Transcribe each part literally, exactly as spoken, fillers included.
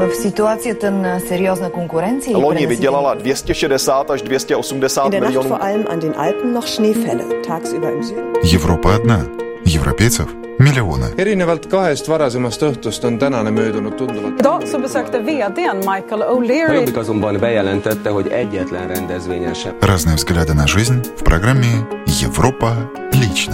В ситуации на серьезной конкуренции. Loni vydělala dvě stě šedesát až dvě stě osmdesát milionů. vor allem an den Alpen noch Schneefälle, tagsüber im Süden. Европа одна. Европейцев миллионы. Erinevalt kahest varasemast õhtust on tänane möödunud tunduvalt. Idag så besökte vd:n Michael O'Leary. Jobbik azonban bejelentette, hogy egyetlen rendezvényen sem. Разные взгляды на жизнь в программе «Европа лично».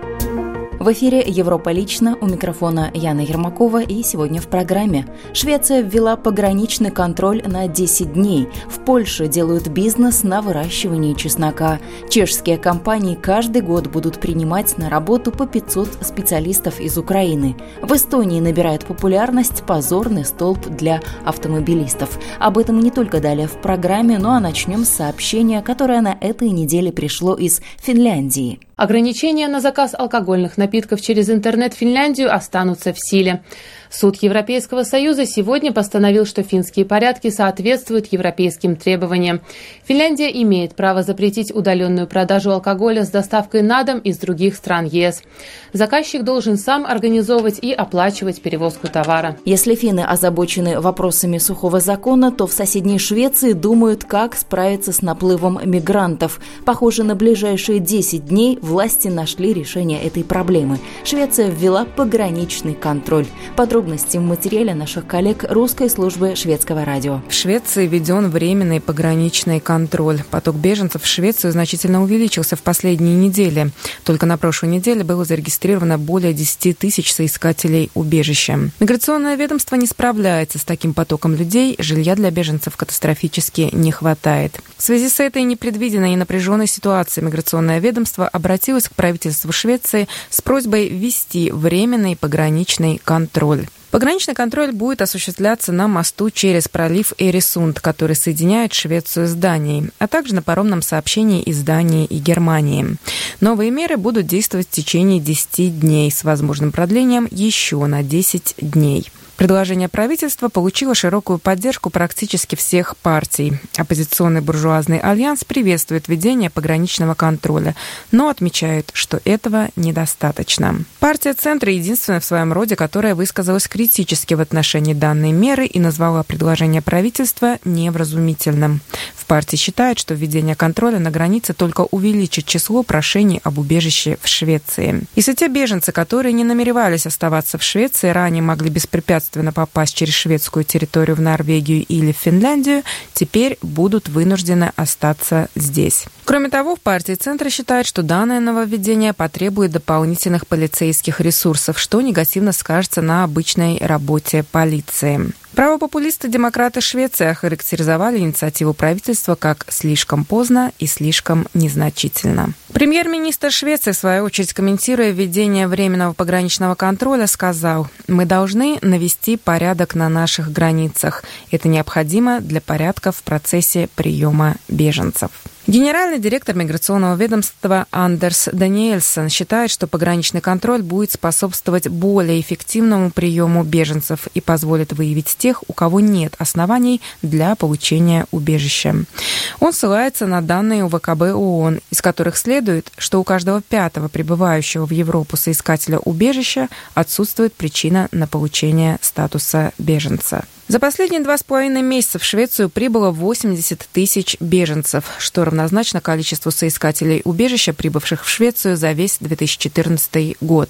В эфире «Европа лично», у микрофона Яна Ермакова, и сегодня в программе. Швеция ввела пограничный контроль на десять дней. В Польше делают бизнес на выращивании чеснока. Чешские компании каждый год будут принимать на работу по пятьсот специалистов из Украины. В Эстонии набирает популярность позорный столб для автомобилистов. Об этом не только далее в программе, но а начнем с сообщения, которое на этой неделе пришло из Финляндии. Ограничения на заказ алкогольных напитков через интернет в Финляндию останутся в силе. Суд Европейского Союза сегодня постановил, что финские порядки соответствуют европейским требованиям. Финляндия имеет право запретить удаленную продажу алкоголя с доставкой на дом из других стран ЕС. Заказчик должен сам организовывать и оплачивать перевозку товара. Если финны озабочены вопросами сухого закона, то в соседней Швеции думают, как справиться с наплывом мигрантов. Похоже, на ближайшие десять дней власти нашли решение этой проблемы. Швеция ввела пограничный контроль. Подробности в материале наших коллег русской службы шведского радио. В Швеции введен временный пограничный контроль. Поток беженцев в Швецию значительно увеличился в последние недели. Только на прошлой неделе было зарегистрировано более десять тысяч соискателей убежища. Миграционное ведомство не справляется с таким потоком людей, жилья для беженцев катастрофически не хватает. В связи с этой непредвиденной и напряженной ситуацией миграционное ведомство обратилось к правительству Швеции с просьбой ввести временный пограничный контроль. Пограничный контроль будет осуществляться на мосту через пролив Эресунд, который соединяет Швецию с Данией, а также на паромном сообщении из Дании и Германии. Новые меры будут действовать в течение десяти дней с возможным продлением еще на десять дней. Предложение правительства получило широкую поддержку практически всех партий. Оппозиционный буржуазный альянс приветствует введение пограничного контроля, но отмечает, что этого недостаточно. Партия «Центр» единственная в своем роде, которая высказалась критически в отношении данной меры и назвала предложение правительства невразумительным. В партии считают, что введение контроля на границе только увеличит число прошений об убежище в Швеции. Если те беженцы, которые не намеревались оставаться в Швеции, ранее могли беспрепятственно попасть через шведскую территорию в Норвегию или в Финляндию, теперь будут вынуждены остаться здесь. Кроме того, в партии «Центра» считают, что данное нововведение потребует дополнительных полицейских ресурсов, что негативно скажется на обычной работе полиции. Правопопулисты-демократы Швеции охарактеризовали инициативу правительства как слишком поздно и слишком незначительно. Премьер-министр Швеции, в свою очередь, комментируя введение временного пограничного контроля, сказал: «Мы должны навести порядок на наших границах. Это необходимо для порядка в процессе приема беженцев». Генеральный директор миграционного ведомства Андерс Даниэльсон считает, что пограничный контроль будет способствовать более эффективному приему беженцев и позволит выявить тех, у кого нет оснований для получения убежища. Он ссылается на данные УВКБ ООН, из которых следует, что у каждого пятого прибывающего в Европу соискателя убежища отсутствует причина на получение статуса беженца. За последние два с половиной месяца в Швецию прибыло восемьдесят тысяч беженцев, что равнозначно количеству соискателей убежища, прибывших в Швецию за весь две тысячи четырнадцатый год.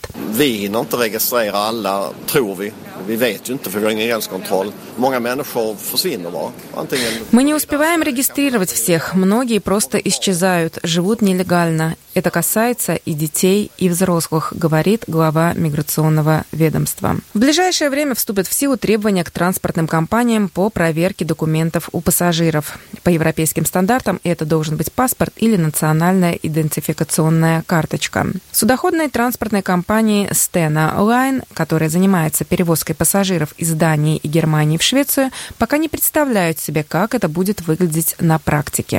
Мы не успеваем регистрировать всех, многие просто исчезают, живут нелегально. Это касается и детей, и взрослых, говорит глава миграционного ведомства. В ближайшее время вступят в силу требования к транспортным компаниям по проверке документов у пассажиров. По европейским стандартам это должен быть паспорт или национальная идентификационная карточка. Судоходной транспортной компании Stena Line, которая занимается перевозкой пассажиров из Дании и Германии в Швецию, пока не представляют себе, как это будет выглядеть на практике.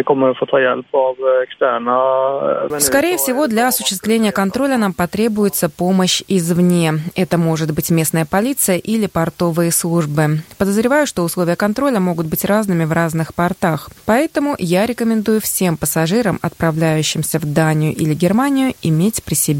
Скорее всего, для осуществления контроля нам потребуется помощь извне. Это может быть местная полиция или портовые службы. Подозреваю, что условия контроля могут быть разными в разных портах. Поэтому я рекомендую всем пассажирам, отправляющимся в Данию или Германию, иметь при себе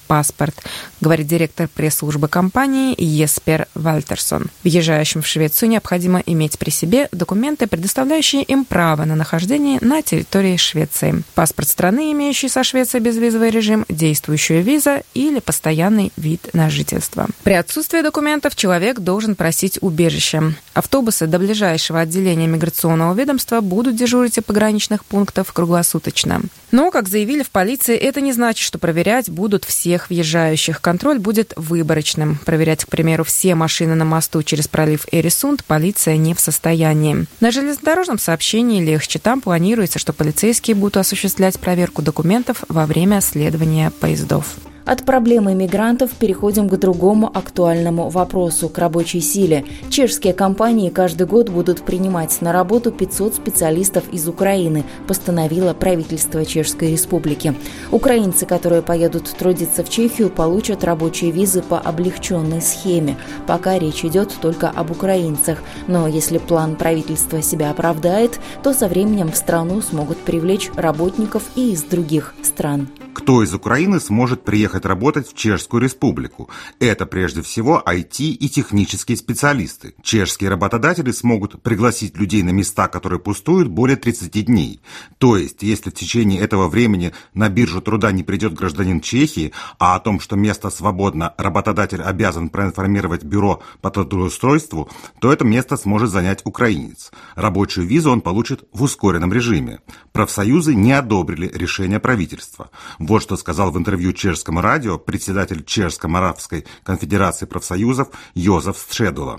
паспорт, говорит директор пресс-службы компании Еспер Вальтерсон. Въезжающим в Швецию необходимо иметь при себе документы, предоставляющие им право на нахождение на территории Швеции. Паспорт страны, имеющий со Швецией безвизовый режим, действующая виза или постоянный вид на жительство. При отсутствии документов человек должен просить убежище. Автобусы до ближайшего отделения миграционного ведомства будут дежурить у пограничных пунктов круглосуточно. Но, как заявили в полиции, это не значит, что проверять будут всех въезжающих. Контроль будет выборочным. Проверять, к примеру, все машины на мосту через пролив Эресунд полиция не в состоянии. На железнодорожном сообщении легче. Там планируется, что полицейские будут осуществлять проверку документов во время следования поездов. От проблемы мигрантов переходим к другому актуальному вопросу – к рабочей силе. Чешские компании каждый год будут принимать на работу пятьсот специалистов из Украины, постановило правительство Чешской Республики. Украинцы, которые поедут трудиться в Чехию, получат рабочие визы по облегченной схеме. Пока речь идет только об украинцах. Но если план правительства себя оправдает, то со временем в страну смогут привлечь работников и из других стран. Кто из Украины сможет приехать работать в Чешскую Республику? Это прежде всего ай ти и технические специалисты. Чешские работодатели смогут пригласить людей на места, которые пустуют, более тридцати дней. То есть, если в течение этого времени на биржу труда не придет гражданин Чехии, а о том, что место свободно, работодатель обязан проинформировать бюро по трудоустройству, то это место сможет занять украинец. Рабочую визу он получит в ускоренном режиме. Профсоюзы не одобрили решение правительства. Вот что сказал в интервью чешскому радио председатель Чешско-Моравской конфедерации профсоюзов Йозеф Стředula.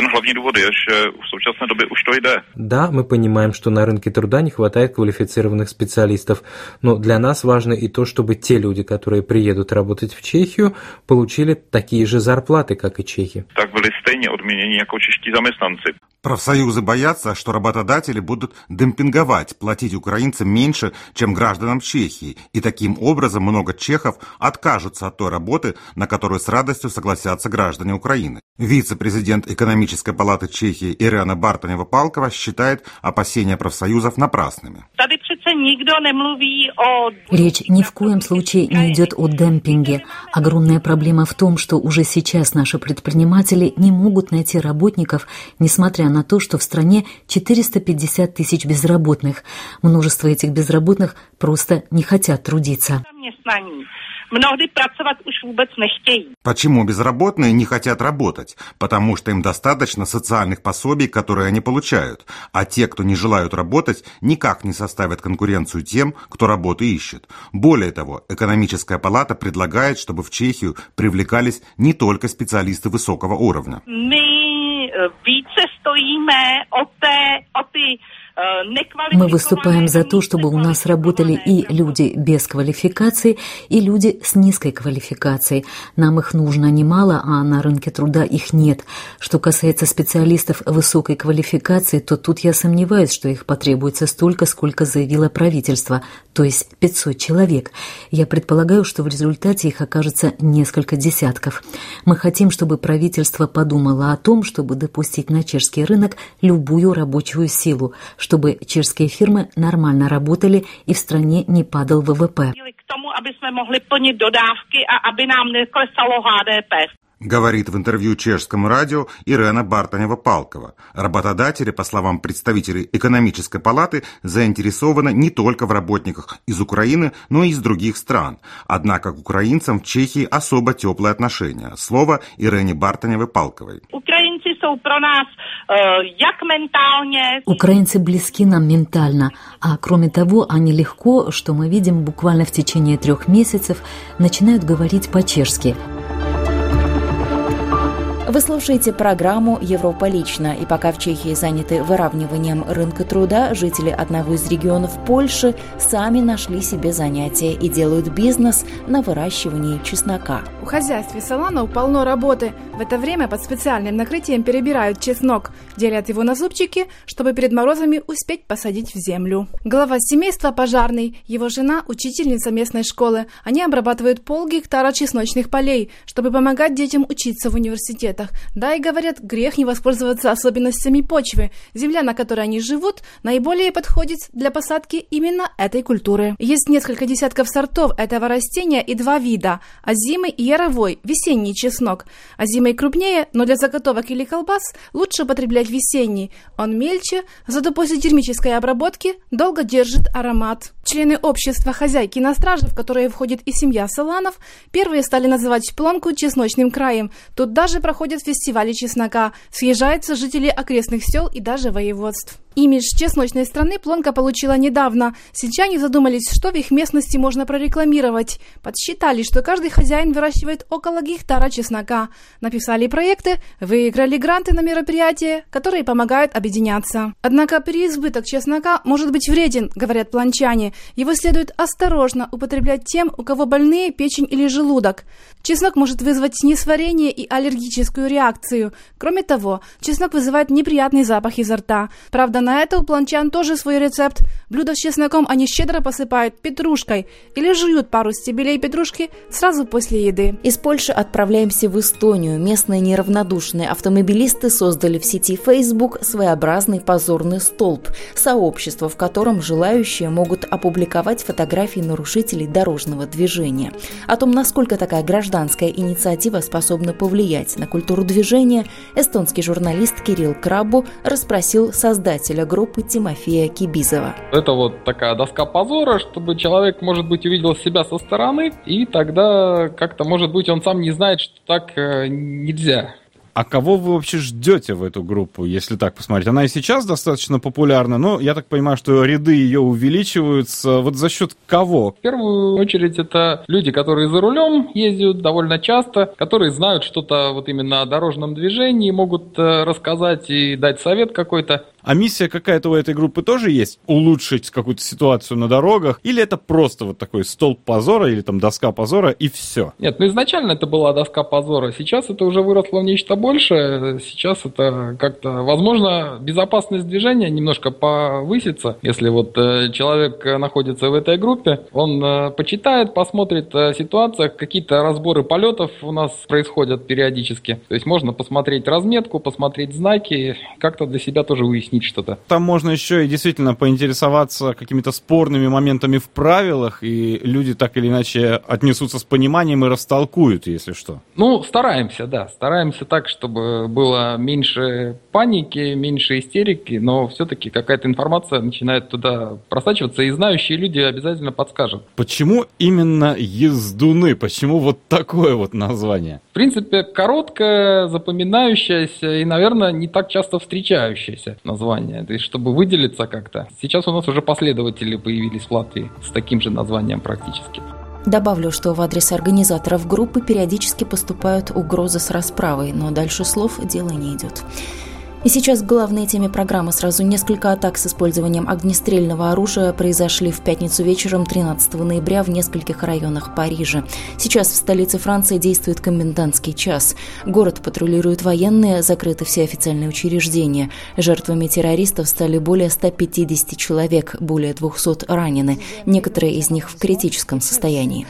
Да, мы понимаем, что на рынке труда не хватает квалифицированных специалистов, но для нас важно и то, чтобы те люди, которые приедут работать в Чехию, получили такие же зарплаты, как и чехи. Так были стejně odměněni jako čeští zaměstnanci. Профсоюзы боятся, что работодатели будут демпинговать, платить украинцам меньше, чем гражданам Чехии, и таким образом много чехов откажутся от той работы, на которую с радостью согласятся граждане Украины. Вице-президент экономической палаты Чехии Ирена Бартанева-Палкова считает опасения профсоюзов напрасными. Речь ни в коем случае не идет о демпинге. Огромная проблема в том, что уже сейчас наши предприниматели не могут найти работников, несмотря на то, что в стране четыреста пятьдесят тысяч безработных. Множество этих безработных просто не хотят трудиться. Почему безработные не хотят работать? Потому что им достаточно социальных пособий, которые они получают. А те, кто не желают работать, никак не составят конкуренцию тем, кто работу ищет. Более того, экономическая палата предлагает, чтобы в Чехию привлекались не только специалисты высокого уровня. Мы выступаем за то, чтобы у нас работали и люди без квалификации, и люди с низкой квалификацией. Нам их нужно немало, а на рынке труда их нет. Что касается специалистов высокой квалификации, то тут я сомневаюсь, что их потребуется столько, сколько заявило правительство, то есть пятьсот человек. Я предполагаю, что в результате их окажется несколько десятков. Мы хотим, чтобы правительство подумало о том, чтобы допустить на чешский рынок любую рабочую силу, чтобы чешские фирмы нормально работали и в стране не падал вэ вэ пэ. Говорит в интервью чешскому радио Ирена Бартанева-Палкова. Работодатели, по словам представителей экономической палаты, заинтересованы не только в работниках из Украины, но и из других стран. Однако к украинцам в Чехии особо теплые отношения. Слово Ирене Бартаневой-Палковой. Украинцы близки нам ментально, а кроме того, они легко, что мы видим буквально в течение трех месяцев, начинают говорить по-чешски. Вы слушаете программу «Европа лично», и пока в Чехии заняты выравниванием рынка труда, жители одного из регионов Польши сами нашли себе занятие и делают бизнес на выращивании чеснока. В хозяйстве Саланов полно работы. В это время под специальным накрытием перебирают чеснок, делят его на зубчики, чтобы перед морозами успеть посадить в землю. Глава семейства пожарный, его жена учительница местной школы. Они обрабатывают полгектара чесночных полей, чтобы помогать детям учиться в университетах. климатах. Да и, говорят, грех не воспользоваться особенностями почвы. Земля, на которой они живут, наиболее подходит для посадки именно этой культуры. Есть несколько десятков сортов этого растения и два вида – озимый и яровой, весенний чеснок. Озимый крупнее, но для заготовок или колбас лучше употреблять весенний. Он мельче, зато после термической обработки долго держит аромат. Члены общества хозяйки на страже, в которое входит и семья Соланов, первые стали называть Плонку чесночным краем. Тут даже проходят фестивали чеснока, съезжаются жители окрестных сел и даже воеводств. Имидж чесночной страны Плонка получила недавно. Сельчане задумались, что в их местности можно прорекламировать. Подсчитали, что каждый хозяин выращивает около гектара чеснока. Написали проекты, выиграли гранты на мероприятия, которые помогают объединяться. Однако переизбыток чеснока может быть вреден, говорят планчане. Его следует осторожно употреблять тем, у кого больные печень или желудок. Чеснок может вызвать несварение и аллергическую реакцию. Кроме того, чеснок вызывает неприятный запах изо рта. Правда, на это у планчан тоже свой рецепт. Блюдо с чесноком они щедро посыпают петрушкой или жуют пару стебелей петрушки сразу после еды. Из Польши отправляемся в Эстонию. Местные неравнодушные автомобилисты создали в сети Facebook своеобразный позорный столб. Сообщество, в котором желающие могут опубликовать фотографии нарушителей дорожного движения. О том, насколько такая гражданская инициатива способна повлиять на культуру движения, эстонский журналист Кирилл Крабу расспросил создателя группы Тимофея Кибизова. Это вот такая доска позора, чтобы человек, может быть, увидел себя со стороны, и тогда как-то, может быть, он сам не знает, что так э, нельзя. А кого вы вообще ждете в эту группу, если так посмотреть? Она и сейчас достаточно популярна, но я так понимаю, что ряды ее увеличиваются. Вот за счет кого? В первую очередь это люди, которые за рулем ездят довольно часто, которые знают что-то вот именно о дорожном движении, могут рассказать и дать совет какой-то. А миссия какая-то у этой группы тоже есть? Улучшить какую-то ситуацию на дорогах? Или это просто вот такой столб позора или там доска позора и все? Нет, ну изначально это была доска позора. Сейчас это уже выросло в нечто большее. Сейчас это как-то, возможно, безопасность движения немножко повысится. Если вот человек находится в этой группе, он почитает, посмотрит о ситуациях, какие-то разборы полетов у нас происходят периодически. То есть можно посмотреть разметку, посмотреть знаки, как-то для себя тоже выяснить что-то. Там можно еще и действительно поинтересоваться какими-то спорными моментами в правилах, и люди так или иначе отнесутся с пониманием и растолкуют, если что. Ну, стараемся, да. Стараемся так, чтобы было меньше паники, меньше истерики, но все-таки какая-то информация начинает туда просачиваться, и знающие люди обязательно подскажут. Почему именно ездуны? Почему вот такое вот название? В принципе, короткое, запоминающееся и, наверное, не так часто встречающееся название, то есть чтобы выделиться как-то. Сейчас у нас уже последователи появились в Латвии с таким же названием практически. Добавлю, что в адрес организаторов группы периодически поступают угрозы с расправой, но дальше слов дело не идет. И сейчас к главной теме программы. Сразу несколько атак с использованием огнестрельного оружия произошли в пятницу вечером тринадцатого ноября в нескольких районах Парижа. Сейчас в столице Франции действует комендантский час. Город патрулируют военные, закрыты все официальные учреждения. Жертвами террористов стали более ста пятидесяти человек, более двухсот ранены. Некоторые из них в критическом состоянии.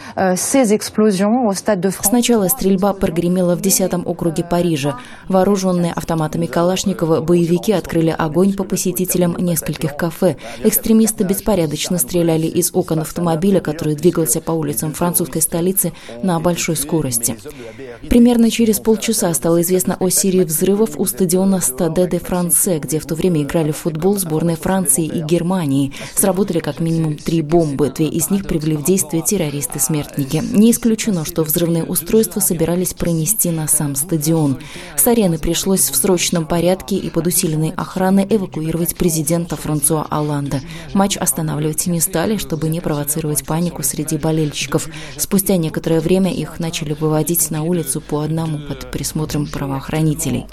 Сначала стрельба прогремела в десятом округе Парижа. Вооруженные автоматами Калашникова боевики открыли огонь по посетителям нескольких кафе. Экстремисты беспорядочно стреляли из окон автомобиля, который двигался по улицам французской столицы на большой скорости. Примерно через полчаса стало известно о серии взрывов у стадиона Стаде де Франсе, где в то время играли в футбол сборные Франции и Германии. Сработали как минимум три бомбы, две из них привели в действие террористы-смертники. Не исключено, что взрывные устройства собирались пронести на сам стадион. С арены пришлось в срочном порядке и под усиленной охраной эвакуировать президента Франсуа Олланда. Матч останавливать не стали, чтобы не провоцировать панику среди болельщиков. Спустя некоторое время их начали выводить на улицу по одному под присмотром правоохранителей.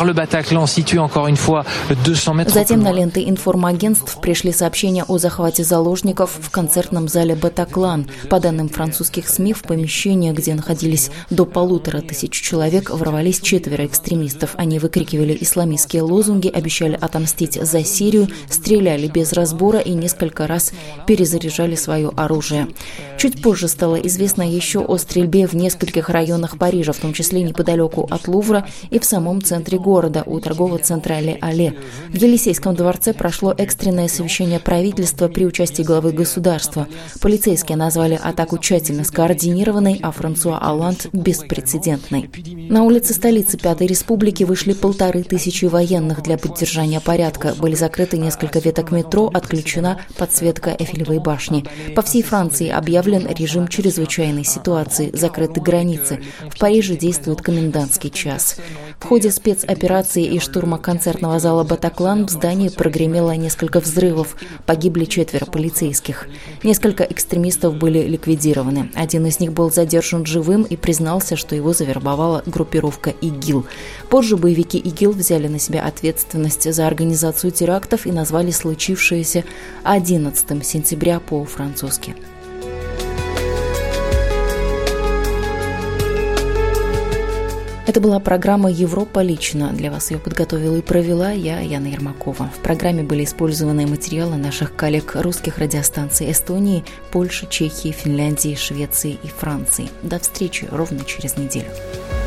Затем на ленты информагентств пришли сообщения о захвате заложников в концертном зале «Батаклан». По данным французских СМИ, в помещение, где находились до полутора тысяч человек, ворвались четверо экстремистов. Они выкрикивали исламистские лозунги, обещали отомстить за Сирию, стреляли без разбора и несколько раз перезаряжали свое оружие. Чуть позже стало известно еще о стрельбе в нескольких районах Парижа. Парижа, в том числе неподалеку от Лувра и в самом центре города, у торгового центра Ле-Але. В Елисейском дворце прошло экстренное совещание правительства при участии главы государства. Полицейские назвали атаку тщательно скоординированной, а Франсуа Олланд – беспрецедентной. На улице столицы Пятой Республики вышли полторы тысячи военных для поддержания порядка. Были закрыты несколько веток метро, отключена подсветка Эйфелевой башни. По всей Франции объявлен режим чрезвычайной ситуации, закрыты границы. В Париже действует комендантский час. В ходе спецоперации и штурма концертного зала «Батаклан» в здании прогремело несколько взрывов. Погибли четверо полицейских. Несколько экстремистов были ликвидированы. Один из них был задержан живым и признался, что его завербовала группировка ИГИЛ. Позже боевики ИГИЛ взяли на себя ответственность за организацию терактов и назвали случившееся одиннадцатого сентября по-французски. Это была программа «Европа лично». Для вас ее подготовила и провела я, Яна Ермакова. В программе были использованы материалы наших коллег русских радиостанций Эстонии, Польши, Чехии, Финляндии, Швеции и Франции. До встречи ровно через неделю.